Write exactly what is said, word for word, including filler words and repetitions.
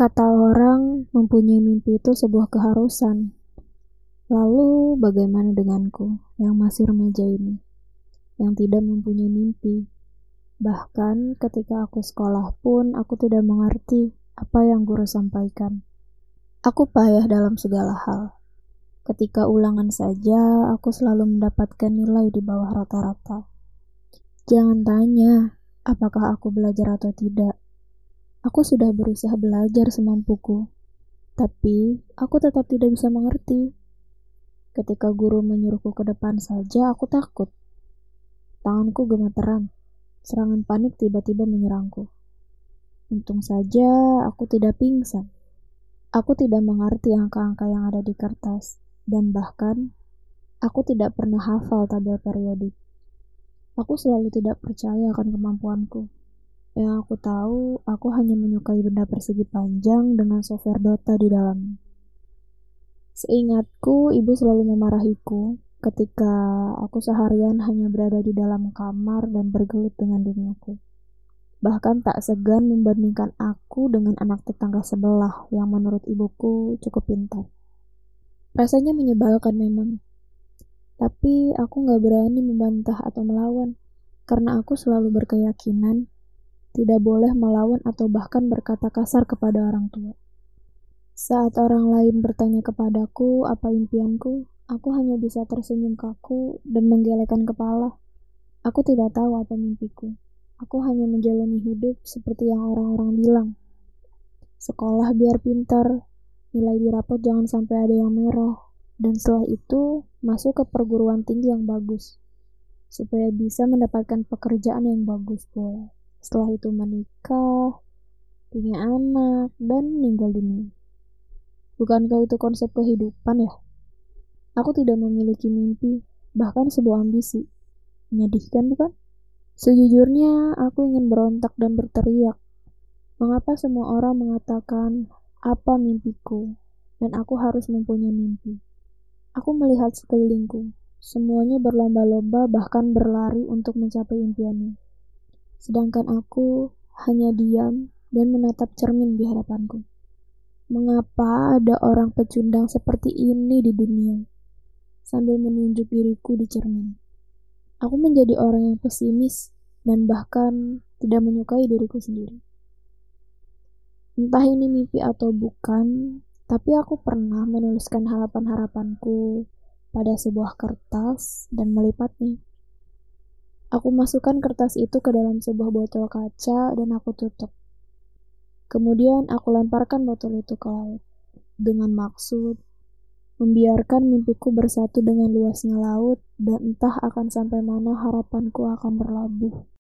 Kata orang, mempunyai mimpi itu sebuah keharusan. Lalu, bagaimana denganku yang masih remaja ini, yang tidak mempunyai mimpi? Bahkan ketika aku sekolah pun, aku tidak mengerti apa yang guru sampaikan. Aku payah dalam segala hal. Ketika ulangan saja, aku selalu mendapatkan nilai di bawah rata-rata. Jangan tanya, apakah aku belajar atau tidak. Aku sudah berusaha belajar semampuku, tapi aku tetap tidak bisa mengerti. Ketika guru menyuruhku ke depan saja, aku takut. Tanganku gemeteran, serangan panik tiba-tiba menyerangku. Untung saja aku tidak pingsan. Aku tidak mengerti angka-angka yang ada di kertas, dan bahkan aku tidak pernah hafal tabel periodik. Aku selalu tidak percaya akan kemampuanku. Yang aku tahu, aku hanya menyukai benda persegi panjang dengan software Dota di dalamnya. Seingatku, ibu selalu memarahiku ketika aku seharian hanya berada di dalam kamar dan bergelut dengan duniaku. Bahkan tak segan membandingkan aku dengan anak tetangga sebelah yang menurut ibuku cukup pintar. Rasanya menyebalkan memang. Tapi aku gak berani membantah atau melawan, karena aku selalu berkeyakinan tidak boleh melawan atau bahkan berkata kasar kepada orang tua. Saat orang lain bertanya kepadaku apa impianku, aku hanya bisa tersenyum kaku dan menggelengkan kepala. Aku tidak tahu apa mimpiku. Aku hanya menjalani hidup seperti yang orang-orang bilang. Sekolah biar pintar, nilai di rapot jangan sampai ada yang merah, dan setelah itu masuk ke perguruan tinggi yang bagus, supaya bisa mendapatkan pekerjaan yang bagus pula. Setelah itu menikah, punya anak, dan meninggal dunia. Bukankah itu konsep kehidupan ya? Aku tidak memiliki mimpi, bahkan sebuah ambisi. Menyedihkan bukan? Sejujurnya, aku ingin berontak dan berteriak. Mengapa semua orang mengatakan apa mimpiku, dan aku harus mempunyai mimpi? Aku melihat sekelilingku, semuanya berlomba-lomba bahkan berlari untuk mencapai impiannya. Sedangkan aku hanya diam dan menatap cermin di hadapanku. Mengapa ada orang pecundang seperti ini di dunia? Sambil menunjuk diriku di cermin. Aku menjadi orang yang pesimis dan bahkan tidak menyukai diriku sendiri. Entah ini mimpi atau bukan, tapi aku pernah menuliskan harapan-harapanku pada sebuah kertas dan melipatnya. Aku masukkan kertas itu ke dalam sebuah botol kaca dan aku tutup. Kemudian aku lemparkan botol itu ke laut dengan maksud membiarkan mimpiku bersatu dengan luasnya laut dan entah akan sampai mana harapanku akan berlabuh.